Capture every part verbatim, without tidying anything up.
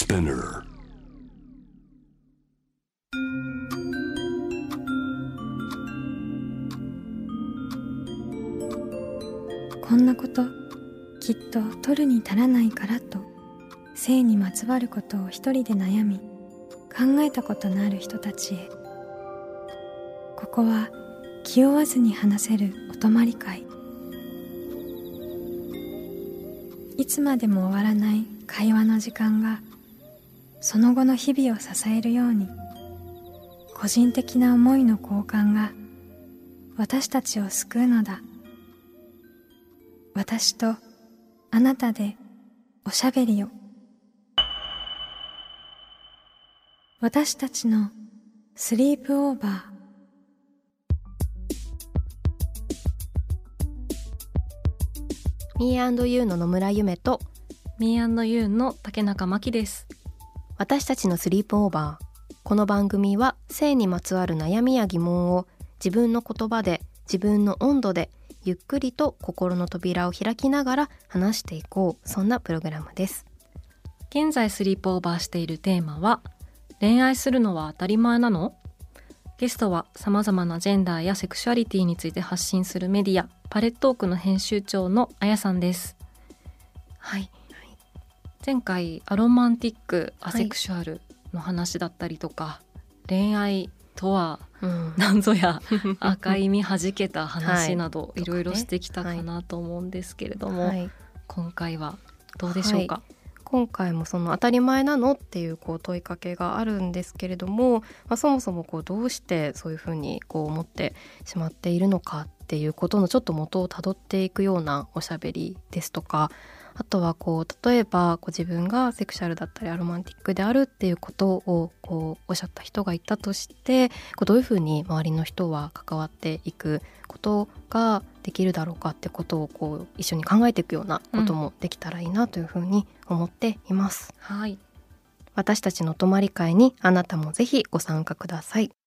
Spinner。 こんなこときっと取るに足らないからと性にまつわることを一人で悩み考えたことのある人たちへ、ここは気負わずに話せるお泊まり会。いつまでも終わらない会話の時間がその後の日々を支えるように、個人的な思いの交換が私たちを救うのだ。私とあなたでおしゃべりを。私たちのスリープオーバー。 ミー&ユー の野村ゆめとミー&ユー の竹中真希です。 私たちのスリープオーバー。この番組は性にまつわる悩みや疑問を自分の言葉で自分の温度でゆっくりと心の扉を開きながら話していこう、そんなプログラムです。 現在スリープオーバーしているテーマは、恋愛するのは当たり前なの？ゲストはさまざまなジェンダーやセクシュアリティについて発信するメディアパレットークの編集長のあやさんです。はい、前回アロマンティックアセクシュアルの話だったりとか、はい、恋愛とは何ぞや赤い実はじけた話などいろいろしてきたかなと思うんですけれども、はい、今回はどうでしょうか？はい、 今回もその当たり前なのっていう、こう問いかけがあるんですけれども、まあ、そもそもこうどうしてそういうふうにこう思ってしまっているのかっていうことのちょっと元をたどっていくようなおしゃべりですとか、あとはこう例えばこう自分がセクシャルだったりアロマンティックであるっていうことをこうおっしゃった人がいたとして、こうどういうふうに周りの人は関わっていくことができるだろうかってことをこう一緒に考えていくようなこともできたらいいなというふうに思っています。 はい、 私たちの泊まり会にあなたもぜひご参加ください。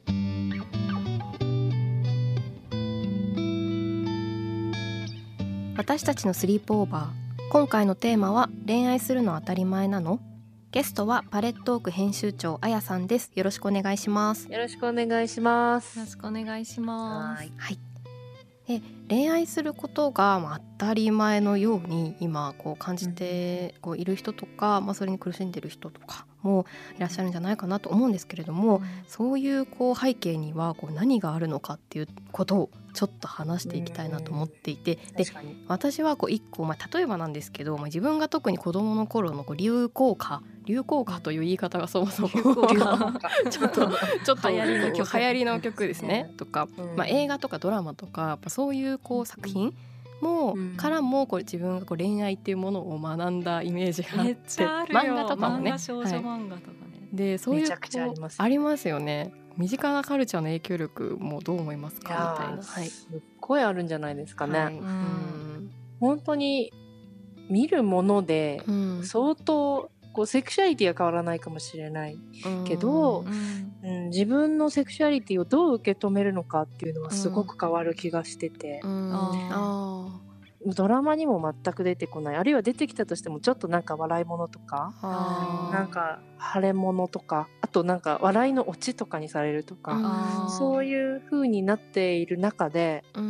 私たちのスリープオーバー。今回のテーマは、恋愛するのは当たり前なの？ゲストはパレットーク編集長あやさんです。よろしくお願いします。 よろしくお願いします。 よろしくお願いします。 はい、え恋愛することが、まあ、当たり前のように今こう感じてこういる人とか、まあ、それに苦しんでいる人とかもいらっしゃるんじゃないかなと思うんですけれども、うん、そういうこう背景にはこう何があるのかっていうことをちょっと話していきたいなと思っていて、で私はこう一個、まあ、例えばなんですけど、まあ、自分が特に子どもの頃のこう流行歌流行歌という言い方がそもそもちょっとちょっと流行りの曲、流行りの曲ですねとか、まあ、映画とかドラマとかやっぱそういうこう作品もうからもこう自分がこう恋愛っていうものを学んだイメージがあって、 めっちゃあるよ。 漫画とかもね、 漫画少女漫画とかね、はい、 でそういうめちゃくちゃあります、ね、 ありますよね。身近なカルチャーの影響力もどう思いますかみたいな、はい、 すっごいあるんじゃないですかね、はい、 うん本当に見るもので相当こうセクシュアリティは変わらないかもしれないけど、うんうん、自分のセクシュアリティをどう受け止めるのかっていうのはすごく変わる気がしてて、うん、あドラマにも全く出てこない、あるいは出てきたとしてもちょっとなんか笑い物とかなんか腫れ物とか、あとなんか笑いのオチとかにされるとか、そういう風になっている中で、うん、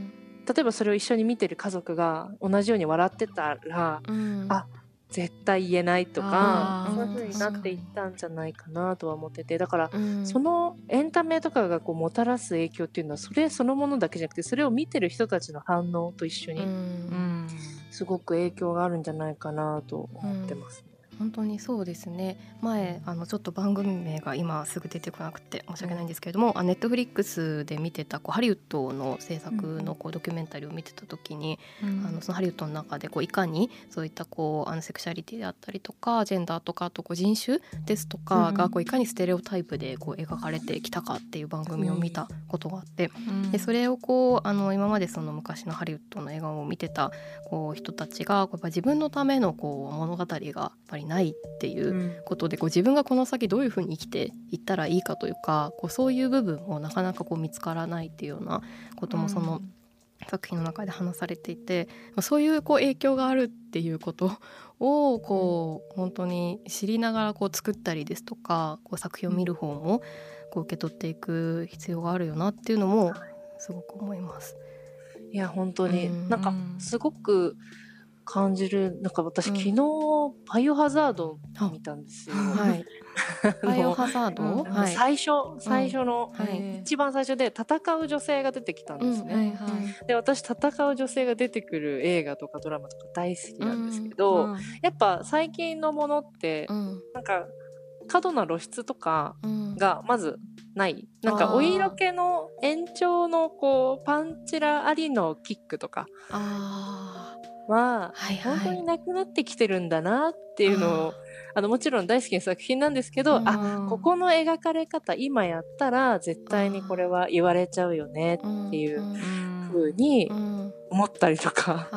例えばそれを一緒に見てる家族が同じように笑ってたら、うん、あ絶対言えないとか、そういう風になっていったんじゃないかなとは思ってて、だから、うん、そのエンタメとかがこうもたらす影響っていうのはそれそのものだけじゃなくて、それを見てる人たちの反応と一緒に、うん、すごく影響があるんじゃないかなと思ってますね。 うん、本当にそうですね。前あのちょっと番組名が今すぐ出てこなくて申し訳ないんですけれども、ネットフリックスで見てたこうハリウッドの制作のこうドキュメンタリーを見てた時に、うん、あのそのハリウッドの中でこういかにそういったこうあのセクシャリティであったりとかジェンダーとか、あとこう人種ですとかがこういかにステレオタイプでこう描かれてきたかっていう番組を見たことがあって、うん、でそれをこうあの今までその昔のハリウッドの映画を見てたこう人たちがやっぱ自分のためのこう物語がやっぱりないっていうことで、こう自分がこの先どういうふうに生きていったらいいかというか、こうそういう部分もなかなかこう見つからないっていうようなこともその作品の中で話されていて、そういうこう影響があるっていうことをこう本当に知りながらこう作ったりですとか、こう作品を見る方もこう受け取っていく必要があるよなっていうのもすごく思います。 いや本当に、うん、なんかすごく感じる。なんか私、うん、昨日バイオハザード見たんですよ。 はい、バイオハザード、うんはい、最初最初の、うんはい、一番最初で戦う女性が出てきたんですね、うんはいはい、で私戦う女性が出てくる映画とかドラマとか大好きなんですけど、うんうん、やっぱ最近のものって、うん、なんか過度な露出とかがまずない、うん、なんかお色気の延長のこうパンチラありのキックとかあは本当になくなってきてるんだなっていうのを、あのもちろん大好きな作品なんですけど、あ、ここの描かれ方今やったら絶対にこれは言われちゃうよねっていう風に思ったりとか、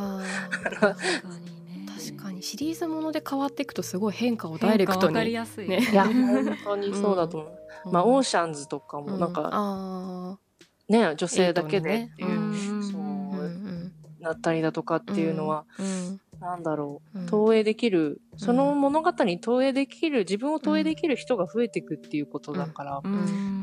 確かにシリーズもので変わっていくとすごい変化をダイレクトに、 分かりやすい、 ね、いや本当にそうだと思う、うん、まあオーシャンズとかもなんか、うん、ね女性だけでっていう、ね、そう、うん、なったりだとかっていうのは、うん、なんだろう、投影できる、うん、その物語に投影できる、自分を投影できる人が増えていくっていうことだから、うん、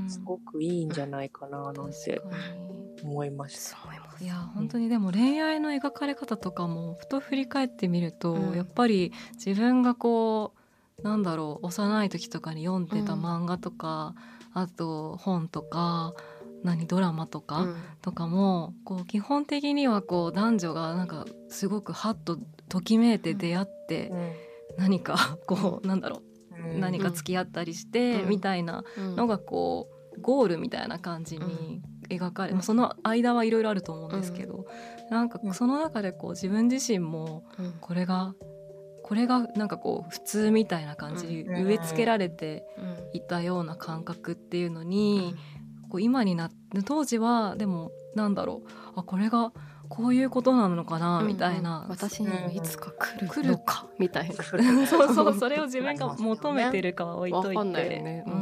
すごくいいんじゃないかななんて思いました。 いや本当にでも恋愛の描かれ方とかもふと振り返ってみると、うん、やっぱり自分がこうなんだろう幼い時とかに読んでた漫画とか、うん、あと本とか何ドラマとか、うん、とかもこう基本的にはこう男女がなんかすごくハッとときめいて出会って、うん、何かこうなんだろう、うん、何か付き合ったりして、うん、みたいなのがこうゴールみたいな感じに描かれ、うん、その間はいろいろあると思うんですけど、うん、なんかその中でこう自分自身もこれが、これがなんかこう普通みたいな感じに植え付けられていたような感覚っていうのに、こう今になって当時はでもなんだろう、あこれがこういうことなのかなみたいな、 うんうん、私にもいつか来るのかみたいなそうそう、それを自分が求めてるかは置いといて、分かんないよね、うん、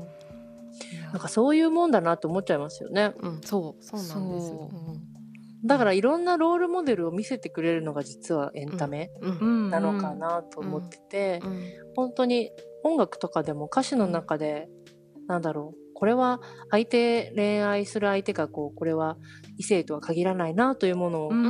なんかそういうもんだなと思っちゃいますよね、 うん、そうそうなんですよ、 だからいろんなロールモデルを見せてくれるのが実はエンタメなのかなと思ってて、うんうんうん、本当に音楽とかでも歌詞の中で、うん、なんだろう、これは相手恋愛する相手がこうこれは異性とは限らないなというものを、うん、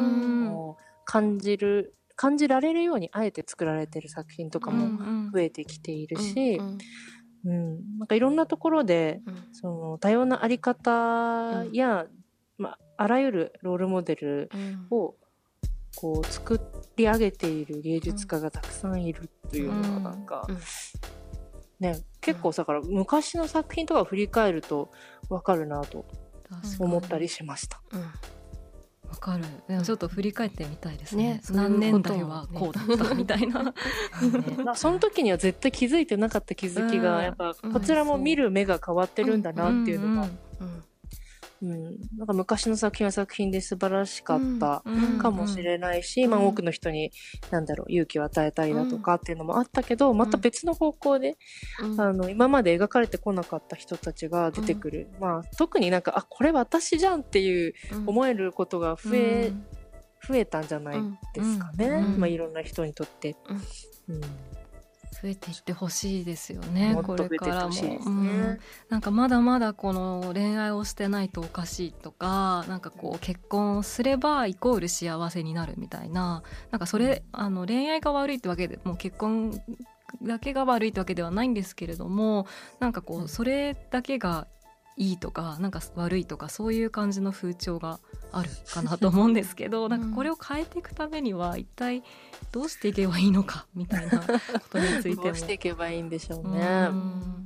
感じる感じられるようにあえて作られている作品とかも増えてきているし、うんうんうん、なんかいろんなところで、うん、その多様なあり方や、うんまあ、あらゆるロールモデルをこう作り上げている芸術家がたくさんいるというのがなんか、うんうんね、結構だから昔の作品とかを振り返ると分かるなと思ったりしました。 うんわかる。でもちょっと振り返ってみたいですね。ね、何年代はこうだったみたいな。ね、 その時には絶対気づいてなかった気づきが、やっぱこちらも見る目が変わってるんだなっていうのが、うん、なんか昔の作品は作品で素晴らしかったかもしれないし、うんうんまあ、多くの人になんだろう勇気を与えたりだとかっていうのもあったけど、うん、また別の方向で、うん、あの今まで描かれてこなかった人たちが出てくる、うんまあ、特になんかあこれ私じゃんっていう思えることが増え、うん、増えたんじゃないですかね、うんうんまあ、いろんな人にとって、うんうん増えていってほしいですよね。これからも、ねうん、なんかまだまだこの恋愛をしてないとおかしいとか、なんかこう結婚すればイコール幸せになるみたいな、なんかそれあの恋愛が悪いってわけでもう結婚だけが悪いってわけではないんですけれども、なんかこうそれだけがいいとかなんか悪いとかそういう感じの風潮があるかなと思うんですけど、うん、なんかこれを変えていくためには一体どうしていけばいいのかみたいなことについてもどうしていけばいいんでしょうね、うん、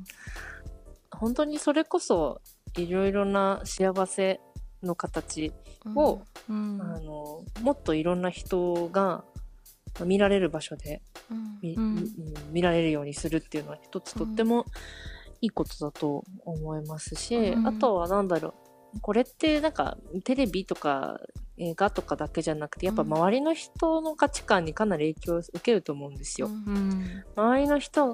本当にそれこそいろいろな幸せの形を、うんうん、あのもっといろんな人が見られる場所で 見,、うんうん、見られるようにするっていうのは一つとってもいいことだと思いますし、うん、あとはなんだろう、これってなんかテレビとか映画とかだけじゃなくてやっぱ周りの人の価値観にかなり影響を受けると思うんですよ、うん、周りの人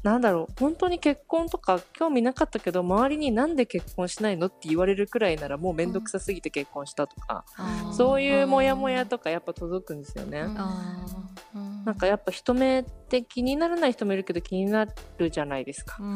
なんだろう、本当に結婚とか興味なかったけど周りになんで結婚しないのって言われるくらいならもうめんどくさすぎて結婚したとか、うん、そういうモヤモヤとかやっぱ届くんですよね。うん、なんかやっぱ人目って気にならない人もいるけど気になるじゃないですか。うん、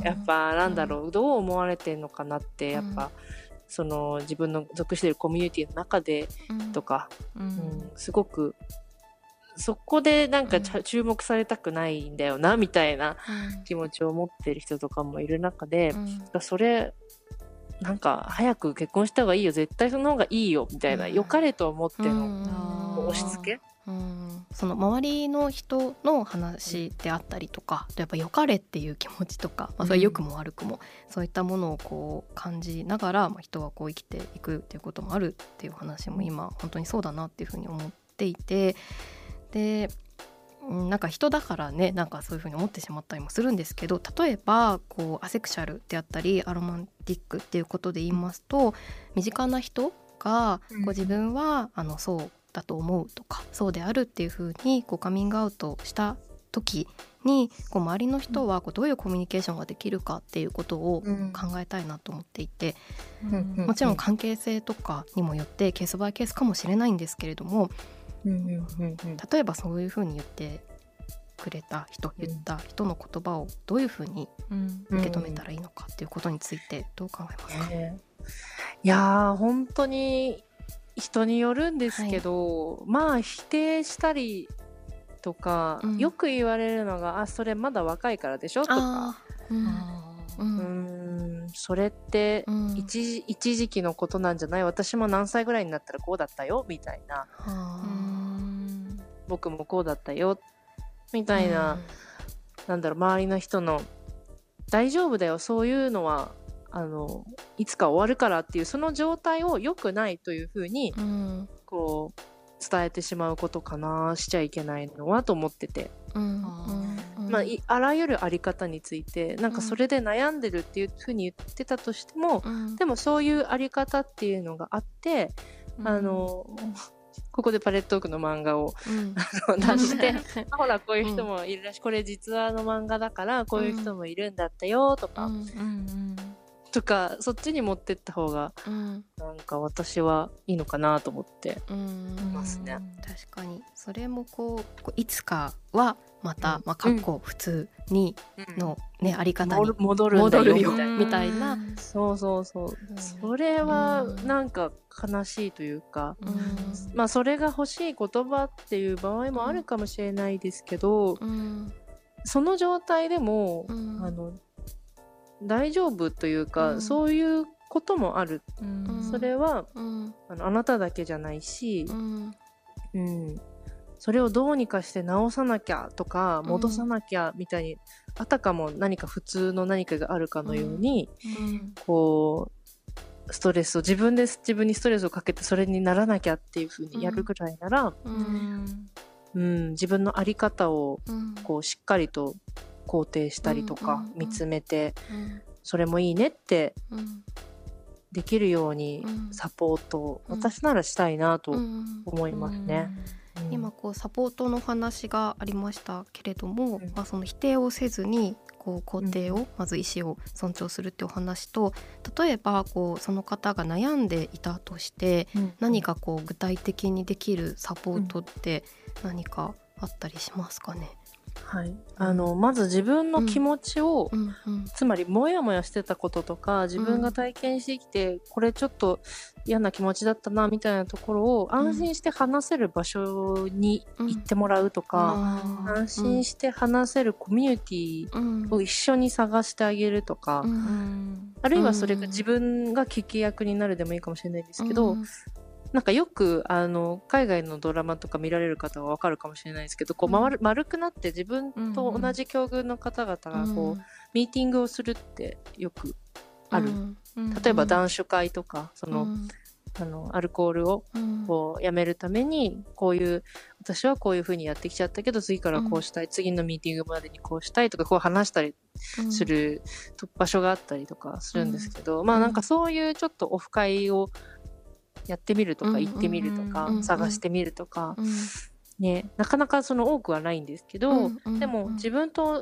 やっぱなんだろう、どう思われてんのかなってやっぱ、うん、その自分の属しているコミュニティの中でとか、うんうん、すごくそこでなんか、うん、注目されたくないんだよなみたいな気持ちを持ってる人とかもいる中で、うん、それなんか早く結婚した方がいいよ、絶対その方がいいよみたいな、うん、良かれと思っての押し付け、 うん、その周りの人の話であったりとか、やっぱ良かれっていう気持ちとか、まあ、それ良くも悪くも、うん、そういったものをこう感じながら、まあ、人はこう生きていくっていうこともあるっていう話も今本当にそうだなっていうふうに思っていて、でなんか人だからね、なんかそういう風に思ってしまったりもするんですけど、例えばこうアセクシャルであったりアロマンティックっていうことで言いますと、身近な人がこう自分はあのそうだと思うとかそうであるっていう風にこうカミングアウトした時にこう周りの人はこうどういうコミュニケーションができるかっていうことを考えたいなと思っていて、うん、もちろん関係性とかにもよってケースバイケースかもしれないんですけれども、うんうんうんうん、例えばそういう風に言ってくれた人、言った人の言葉をどういう風に受け止めたらいいのかっていうことについてどう考えますか？うんうん、 いやー本当に人によるんですけど、はい、まあ否定したりとか、うん、よく言われるのが、あそれまだ若いからでしょとか、うんうん、それって一、うん、一時期のことなんじゃない、私も何歳ぐらいになったらこうだったよみたいな、うん、僕もこうだったよみたいな、うん、なんだろう、周りの人の大丈夫だよそういうのはあのいつか終わるからっていうその状態を良くないというふうに、うん、こう伝えてしまうことかな、しちゃいけないのはと思ってて、うんうんまあ、あらゆるあり方についてなんかそれで悩んでるっていうふうに言ってたとしても、うん、でもそういうあり方っていうのがあって、うん、あのここでパレットークの漫画を、うん、出してほらこういう人もいるらしい、これ実話の漫画だからこういう人もいるんだったよとか、うんうんうんとかそっちに持ってった方が、うん、なんか私はいいのかなと思ってますね。 確かにそれもこう、こういつかはまた、うんまあ、かっこ普通にの、ねうん、あり方に戻るんだよみたいな、 みたいな、 そうそうそう、うん、それはなんか悲しいというか、うんまあそれが欲しい言葉っていう場合もあるかもしれないですけど、うん、その状態でも、うん、あの大丈夫というか、うん、そういうこともある、うん、それは、うん、あの、あなただけじゃないし、うんうん、それをどうにかして直さなきゃとか戻さなきゃみたいに、うん、あたかも何か普通の何かがあるかのように、うん、こうストレスを自分で自分にストレスをかけてそれにならなきゃっていう風にやるぐらいなら、うんうん、自分の在り方をこうしっかりと肯定したりとか、うんうんうん、見つめて、うん、それもいいねってできるようにサポートを、うん、私ならしたいなと思いますね、 うんうん、今こうサポートの話がありましたけれども、うんまあ、その否定をせずにこう肯定を、うん、まず意思を尊重するっていうお話と、例えばこうその方が悩んでいたとして、うん、何かこう具体的にできるサポートって何かあったりしますかね？ はい、あのまず自分の気持ちを、うんうん、つまりモヤモヤしてたこととか自分が体験してきて、うん、これちょっと嫌な気持ちだったなみたいなところを安心して話せる場所に行ってもらうとか、うん、安心して話せるコミュニティを一緒に探してあげるとか、うん、あるいはそれが自分が聞き役になるでもいいかもしれないですけど、うんなんかよくあの海外のドラマとか見られる方は分かるかもしれないですけど、こう 丸, 丸くなって自分と同じ境遇の方々がこう、うん、ミーティングをするってよくある、うんうん、例えば談酒会とかその、うん、あのアルコールをこうやめるためにこういう私はこういう風にやってきちゃったけど次からこうしたい、うん、次のミーティングまでにこうしたいとかこう話したりする場所があったりとかするんですけど、うん、まあなんかそういうちょっとオフ会をやってみるとか行ってみるとか、うんうんうん、探してみるとか、うんね、なかなかその多くはないんですけど、うんうんうん、でも自分と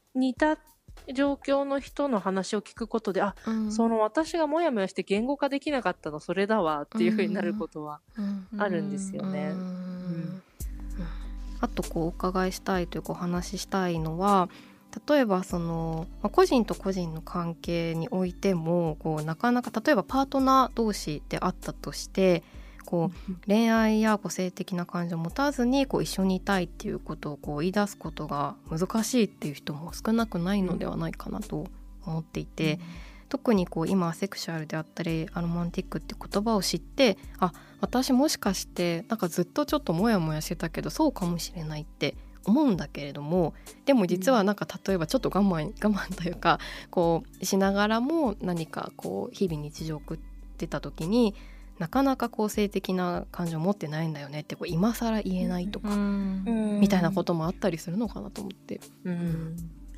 似た状況の人の話を聞くことで、あ、うん、その私がモヤモヤして言語化できなかったのそれだわっていう風になることはあるんですよね。うんうん、 あとこうお伺いしたいというかお話ししたいのは、例えばその、まあ、個人と個人の関係においてもこうなかなか例えばパートナー同士であったとしてこう恋愛やこう性的な感情を持たずにこう一緒にいたいっていうことをこう言い出すことが難しいっていう人も少なくないのではないかなと思っていて、うん、特にこう今セクシュアルであったりアロマンティックって言葉を知って、あ、私もしかしてなんかずっとちょっとモヤモヤしてたけどそうかもしれないって思うんだけれども、でも実はなんか例えばちょっと我慢我慢というかこうしながらも何かこう日々日常を送ってた時になかなかこう性的な感情を持ってないんだよねってこう今更言えないとか、うん、みたいなこともあったりするのかなと思って、うんうん、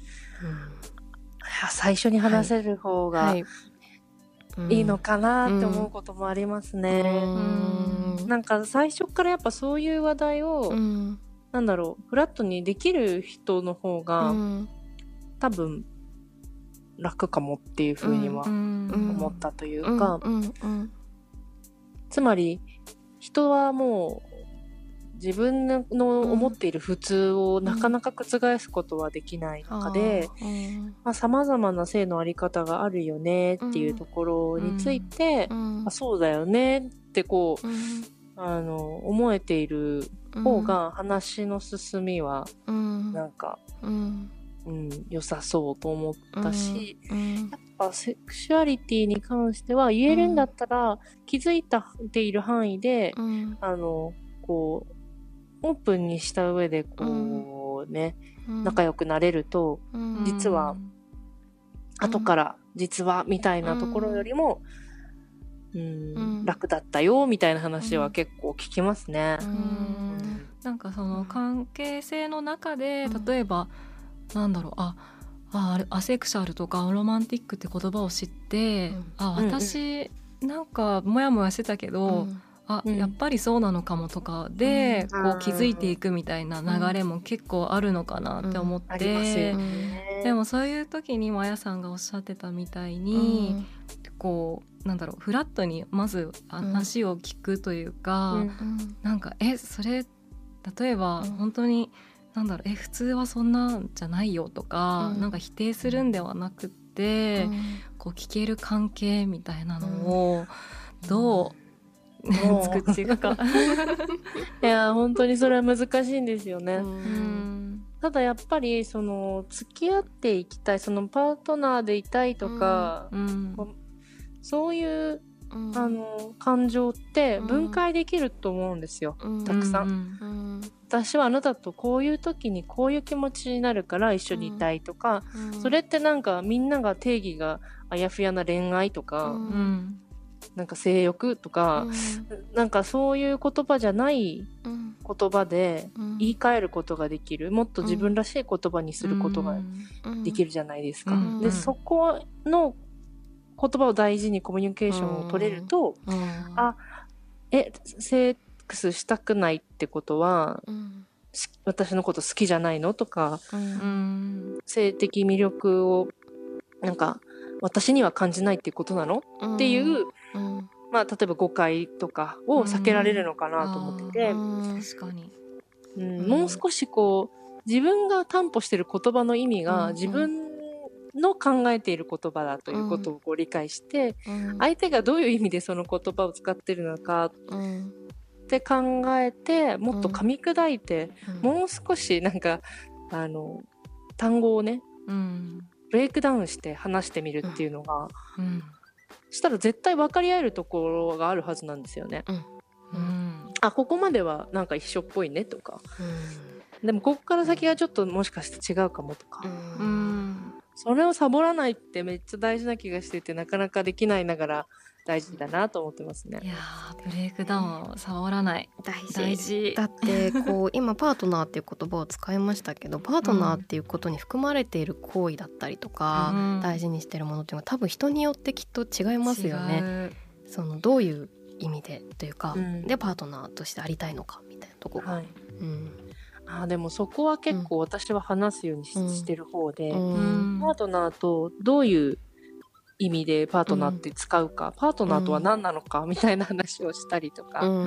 最初に話せる方が、はいはい、いいのかなって思うこともありますね、うんうん、なんか最初からやっぱそういう話題を、うん、なんだろうフラットにできる人の方が、うん、多分楽かもっていうふうには思ったというか、うんうんうんうん、つまり人はもう自分の思っている普通をなかなか覆すことはできない中で、さまざ、まな性のあり方があるよねっていうところについて、うんうん、あそうだよねってこう、うん、あの思えている方が話の進みはなんか、うんうん、良さそうと思ったし、うんうん、やっぱセクシュアリティに関しては言えるんだったら、うん、気づいている範囲で、うん、あのこうオープンにした上でこうね、うん、仲良くなれると、うん、実は、うん、後から実はみたいなところよりも、うんうん、楽だったよみたいな話は結構聞きますね、うんうん、 なんかその関係性の中で例えば、うん、なんだろうああアセクシャルとかロマンティックって言葉を知って、うん、あ私、うん、なんかモヤモヤしてたけど、うんあ、うん、やっぱりそうなのかもとかで、うん、こう気づいていくみたいな流れも結構あるのかなって思って、うんうんありますよね、でもそういう時にまやさんがおっしゃってたみたいに、うん、こうなんだろうフラットにまず話を聞くというか、うん、なんかえそれ例えば本当に、うん、なんだろうえ普通はそんなんじゃないよとか、うん、なんか否定するんではなくって、うん、こう聞ける関係みたいなのをどう、うん作っていくかいや本当にそれは難しいんですよね、うん、ただやっぱりその付き合っていきたいそのパートナーでいたいとか、うん、そういう、うん、あの感情って分解できると思うんですよ、うん、たくさん、うん、私はあなたとこういう時にこういう気持ちになるから一緒にいたいとか、うん、それってなんかみんなが定義があやふやな恋愛とか、うんなんか性欲とか、うん、なんかそういう言葉じゃない言葉で言い換えることができる、もっと自分らしい言葉にすることができるじゃないですか、うんうん、でそこの言葉を大事にコミュニケーションを取れると、うん、あえセックスしたくないってことは、うん、私のこと好きじゃないのとか、うん、性的魅力をなんか私には感じないっていうことなの、うん、っていう、うんまあ、例えば誤解とかを避けられるのかなと思ってて、うん、確かに、うん、もう少しこう自分が担保している言葉の意味が自分の考えている言葉だということをこう理解して、うん、相手がどういう意味でその言葉を使っているのかって考えてもっと噛み砕いて、うん、もう少しなんかあの単語をね、うんブレイクダウンして話してみるっていうのが、うん、したら絶対分かり合えるところがあるはずなんですよね、うんうん、あここまではなんか一緒っぽいねとか、うん、でもここから先がちょっともしかして違うかもとか、うん、それをサボらないってめっちゃ大事な気がしててなかなかできないながら大事だなと思ってますね。 いやブレイクダウンをサボらない大事、大事だってこう今パートナーっていう言葉を使いましたけどパートナーっていうことに含まれている行為だったりとか、うん、大事にしているものっていうのは多分人によってきっと違いますよね。そのどういう意味でというか、うん、でパートナーとしてありたいのかみたいなところが、はいうん、 ああでもそこは結構私は話すように し,、 うん、 してる方で、 うん、 パートナーとどういう意味でパートナーって使うか、うん、パートナーとは何なのかみたいな話をしたりとか、うん、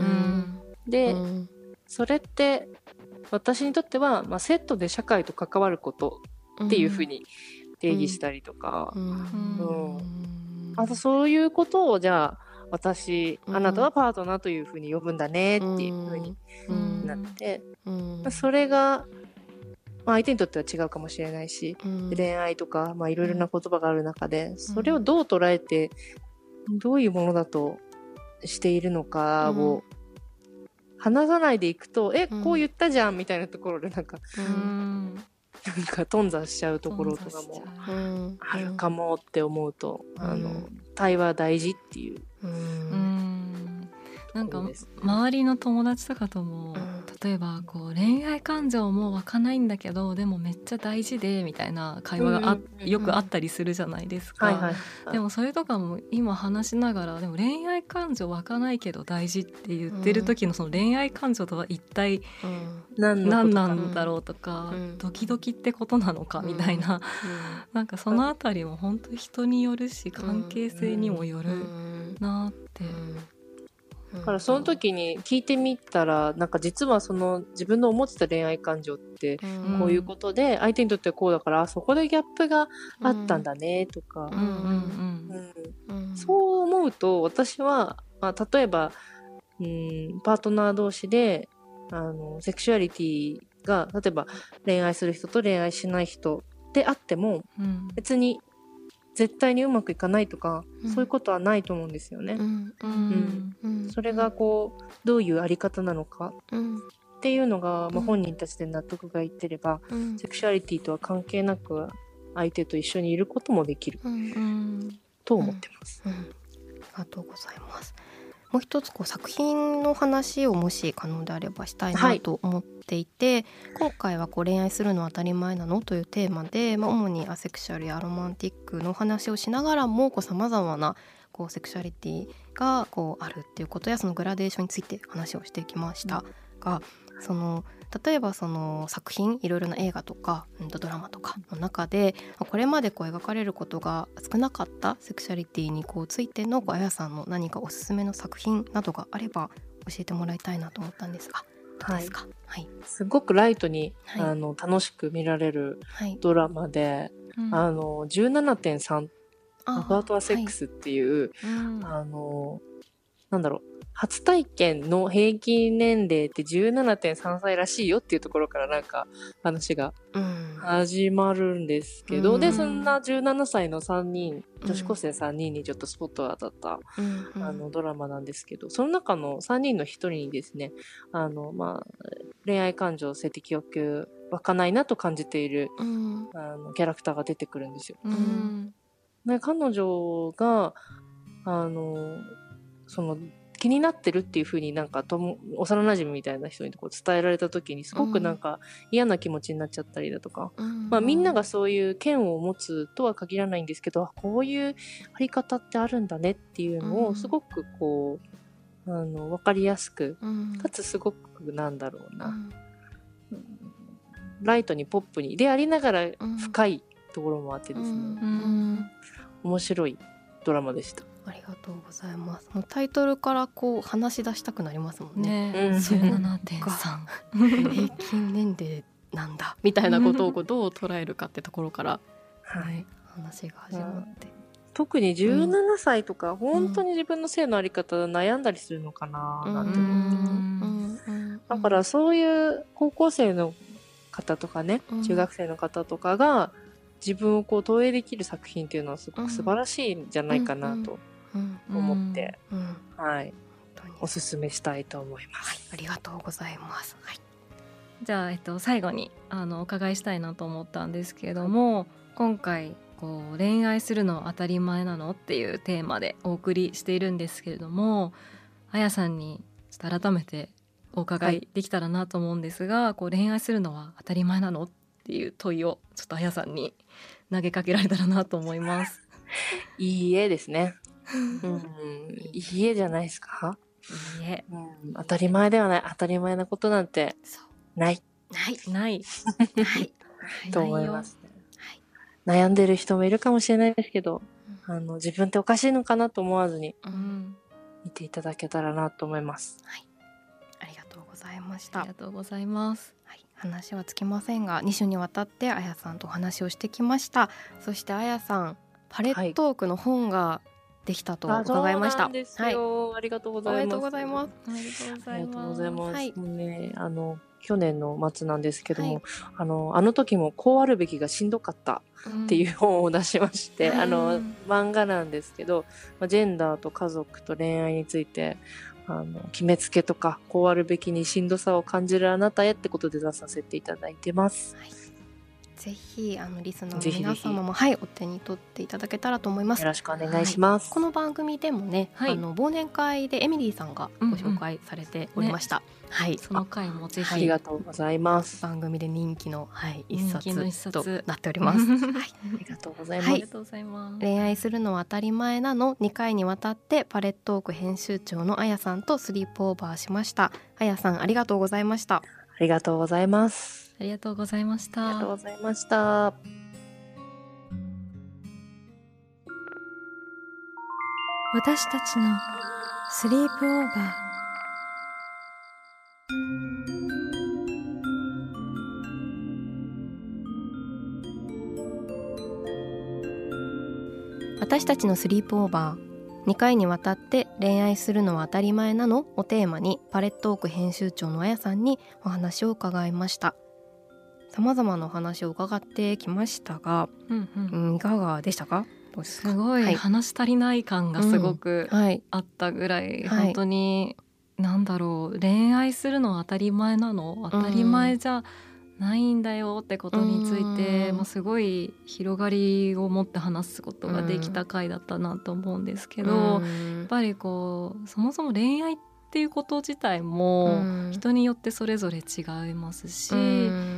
で、うん、それって私にとっては、まあ、セットで社会と関わることっていうふうに定義したりとか、うんうんうん、あとそういうことをじゃあ私、うん、あなたはパートナーというふうに呼ぶんだねっていうふうになって、うんうん、それが、まあ、相手にとっては違うかもしれないし、うん、恋愛とかいろいろな言葉がある中で、うん、それをどう捉えてどういうものだとしているのかを話さないでいくと、うん、えこう言ったじゃんみたいなところでなんか、うんなんか頓挫しちゃうところとかもあるかもって思うと、うん、あの対話大事っていう、うん、 なんか周りの友達とかとも、うん、例えばこう恋愛感情も湧かないんだけどでもめっちゃ大事でみたいな会話があ、うんうんうん、よくあったりするじゃないですか、はいはいはい、でもそれとかも今話しながらでも恋愛感情湧かないけど大事って言ってる時のその恋愛感情とは一体何なんだろうとか、うん、ドキドキってことなのかみたいな、うんうん、なんかそのあたりも本当に人によるし関係性にもよるなって、うんうんだからその時に聞いてみたらなんか実はその自分の思ってた恋愛感情ってこういうことで相手にとってはこうだからそこでギャップがあったんだねとか、うんうんうん、そう思うと私は、まあ、例えばうんパートナー同士であのセクシュアリティが例えば恋愛する人と恋愛しない人であっても、うん、別に絶対にうまくいかないとか、うん、そういうことはないと思うんですよね、うんうんうん、それがこうどういうあり方なのかっていうのが、まあ、本人たちで納得がいってれば、うん、セクシュアリティとは関係なく相手と一緒にいることもできる、うん、と思ってます、うんうん、 ありがとうございます。もう一つこう作品の話をもし可能であればしたいなと思っていて、はい、今回はこう恋愛するのは当たり前なのというテーマで、まあ、主にアセクシュアルやロマンティックのお話をしながらもさまざまなこうセクシュアリティがこうあるっていうことやそのグラデーションについて話をしてきましたが、うん、その例えばその作品いろいろな映画とかドラマとかの中でこれまでこう描かれることが少なかったセクシャリティにこうついてのあやさんの何かおすすめの作品などがあれば教えてもらいたいなと思ったんですがどうですか、はいはい、 すごくライトに、はい、あの楽しく見られるドラマで、はいうん、あの じゅうななてんさん アバウトアセックスっていう、はいうん、あのなんだろう初体験の平均年齢って じゅうななてんさん 歳らしいよっていうところからなんか話が始まるんですけど、うん、でそんなじゅうななさいのさんにん、うん、女子高生さんにんにちょっとスポットが当たった、うん、あのドラマなんですけど、その中のさんにんのひとりにですねあの、まあ、恋愛感情性的欲求湧かないなと感じている、うん、あのキャラクターが出てくるんですよ、うん、で彼女があのその気になってるっていう風になんかとも幼馴染みたいな人にこう伝えられた時にすごくなんか嫌な気持ちになっちゃったりだとか、うんまあ、みんながそういう剣を持つとは限らないんですけど、こういうあり方ってあるんだねっていうのをすごくこうあの分かりやすく、うん、かつすごくなんだろうな、うん、ライトにポップにでありながら深いところもあってですね、うん、面白いドラマでした。 ありがとうございます。もうタイトルからこう話し出したくなりますもんね。 ね、じゅうななてんさん平均年齢なんだみたいなことをこうどう捉えるかってところから、はい、話が始まって、 特にじゅうななさいとか、うん、本当に自分の性のあり方悩んだりするのかななんて思って、うん、だからそういう高校生の方とかね、うん、中学生の方とかが自分をこう投影できる作品っていうのはすごく素晴らしいんじゃないかなと思って、うんうんうんはい、おすすめしたいと思います、はい、 ありがとうございます、はい、 じゃあ、えっと、最後にあのお伺いしたいなと思ったんですけれども、はい、今回こう恋愛するのは当たり前なのっていうテーマでお送りしているんですけれども、あやさんにちょっと改めてお伺いできたらなと思うんですが、はい、こう恋愛するのは当たり前なのっていう問いをちょっとあやさんに投げかけられたらなと思います。 いいえですね、うん、いいえじゃないですか。 いいえ、 うん、当たり前ではない。当たり前なことなんてない。 ないないないと思います、ねはい、悩んでる人もいるかもしれないですけど、うん、あの自分っておかしいのかなと思わずに見ていただけたらなと思います、 はい、ありがとうございました。 ありがとうございます、 はい、話はつきませんがに週にわたってあやさんとお話をしてきました。そしてあやさんパレットークの本ができたと伺いました。 そうなんですよ、はい、ありがとうございます。 おめでとうございます。 おめでとうございます。 ありがとうございます。 はい、 もうね、あの去年の末なんですけども、はい、あのあの時もこうあるべきがしんどかったっていう本を出しまして、うん、あの漫画なんですけど、まあ、ジェンダーと家族と恋愛についてあの決めつけとかこうあるべきにしんどさを感じるあなたへってことで出させていただいてます。はい、 ぜひあのリスナーの皆様もはいお手に取っていただけたらと思います。 よろしくお願いします。 はい、この番組でもね、はい、あの忘年会でエミリーさんがご紹介されておりました。うんうんね、はい、 その回もぜひありがとうございます。 番組で人気の、はい、一冊一冊となっております。はい、 ありがとうございます。 はい、恋愛するのは当たり前なのにかいにわたってパレットーク編集長のあやさんとスリープオーバーしました。あやさんありがとうございました。 ありがとうございます。 ありがとうございました。 ありがとうございました。 私たちのスリープオーバー。 私たちのスリープオーバー。にかいにわたって恋愛するのは当たり前なのをテーマにパレットーク編集長のあやさんにお話を伺いました。さまざまなお話を伺ってきましたが、うんうん、いかがでしたか？どうですか？ すごい話し足りない感がすごくあったぐらい、 うんはい、本当に、はい、なんだろう、恋愛するのは当たり前なの？当たり前じゃないんだよってことについて、うんまあ、すごい広がりを持って話すことができた回だったなと思うんですけど、うん、やっぱりこうそもそも恋愛っていうこと自体も人によってそれぞれ違いますし、うん、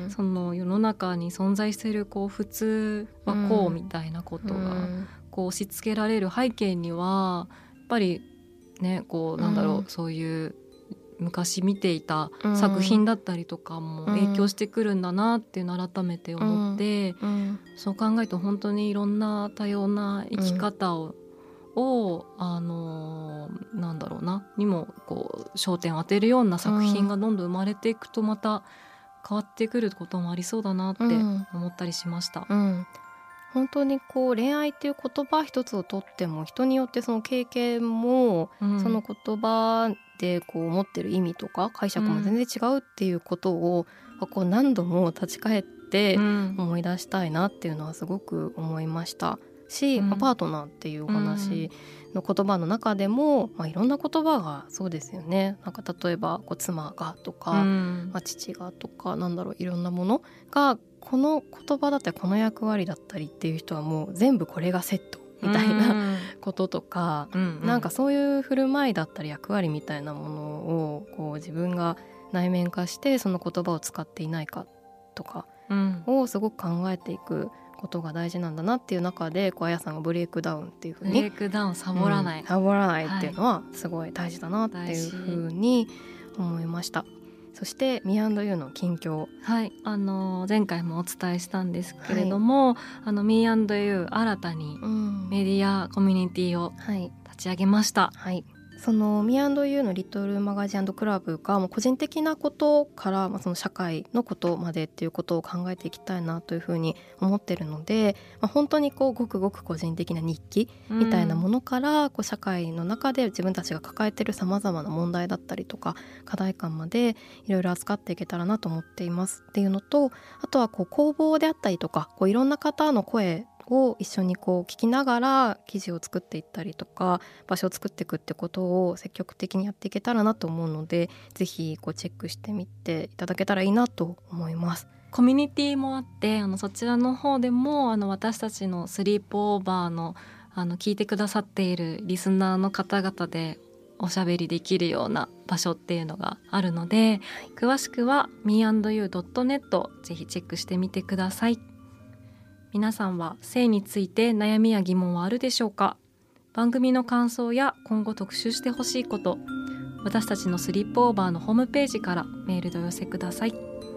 その世の中に存在しているこう普通はこうみたいなことがこう押し付けられる背景にはやっぱりねこうなんだろう、うん、そういう昔見ていた作品だったりとかも影響してくるんだなっていうのを改めて思って、うんうん、そう考えると本当にいろんな多様な生き方を、うん、をあのー、なんだろうなにもこう焦点を当てるような作品がどんどん生まれていくとまた変わってくることもありそうだなって思ったりしました。 うんうん本当にこう恋愛っていう言葉一つをとっても人によってその経験も、うん、その言葉でこう持ってる意味とか解釈も全然違うっていうことを、うん、こう何度も立ち返って思い出したいなっていうのはすごく思いましたし、うん、パートナーっていうお話の言葉の中でも、まあ、いろんな言葉がそうですよね。なんか例えばこう妻がとか、うんまあ、父がとかなんだろういろんなものがこの言葉だったりこの役割だったりっていう人はもう全部これがセットみたいなこととか、うんうん、なんかそういう振る舞いだったり役割みたいなものをこう自分が内面化してその言葉を使っていないかとかをすごく考えていくことが大事なんだなっていう中でこうあやさんがブレイクダウンっていうふうにブレイクダウンサボらない、 うん、サボらないっていうのはすごい大事だなっていうふうに思いました。そしてミーアンドユーの近況、 はい、あの前回もお伝えしたんですけれども、はい、あのミーアンドユー新たにメディアコミュニティを立ち上げました。 はいはいそのミーアンドユーのリトルマガジン&クラブがもう個人的なことから、まあ、その社会のことまでっていうことを考えていきたいなというふうに思ってるので、まあ、本当にこうごくごく個人的な日記みたいなものから、うん、こう社会の中で自分たちが抱えているさまざまな問題だったりとか課題感までいろいろ扱っていけたらなと思っていますっていうのと、あとはこう公募であったりとかこういろんな方の声を一緒にこう聞きながら記事を作っていったりとか場所を作っていくってことを積極的にやっていけたらなと思うので、ぜひこうチェックしてみていただけたらいいなと思います。 コミュニティもあってあのそちらの方でもあの私たちのスリープオーバーのあの聞いてくださっているリスナーの方々でおしゃべりできるような場所っていうのがあるので、詳しくは ミーアンドユードットネット ぜひチェックしてみてください。皆さんは性について悩みや疑問はあるでしょうか？番組の感想や今後特集してほしいこと、私たちのスリープオーバーのホームページからメールでお寄せください。番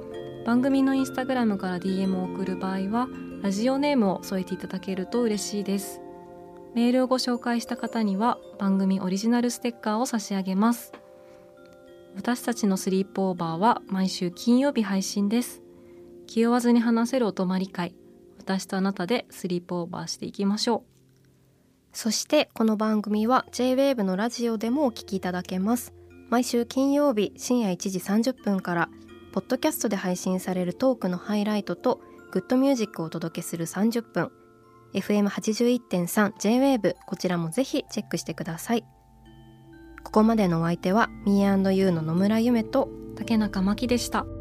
番組のインスタグラムから ディーエム を送る場合はラジオネームを添えていただけると嬉しいです。メールをご紹介した方には番組オリジナルステッカーを差し上げます。私たちのスリープオーバーは毎週金曜日配信です。気負わずに話せるお泊まり会、私とあなたでスリープオーバーしていきましょう。 そしてこの番組は ジェイウェーブ のラジオでもお聞きいただけます。毎週金曜日深夜いちじさんじゅっぷんからポッドキャストで配信されるトークのハイライトとグッドミュージックをお届けするさんじゅっぷん、 エフエムはちじゅういってんさん ジェイウェーブ、 こちらもぜひチェックしてください。ここまでのお相手は ミーアンドユー の野村ゆめと竹中真希でした。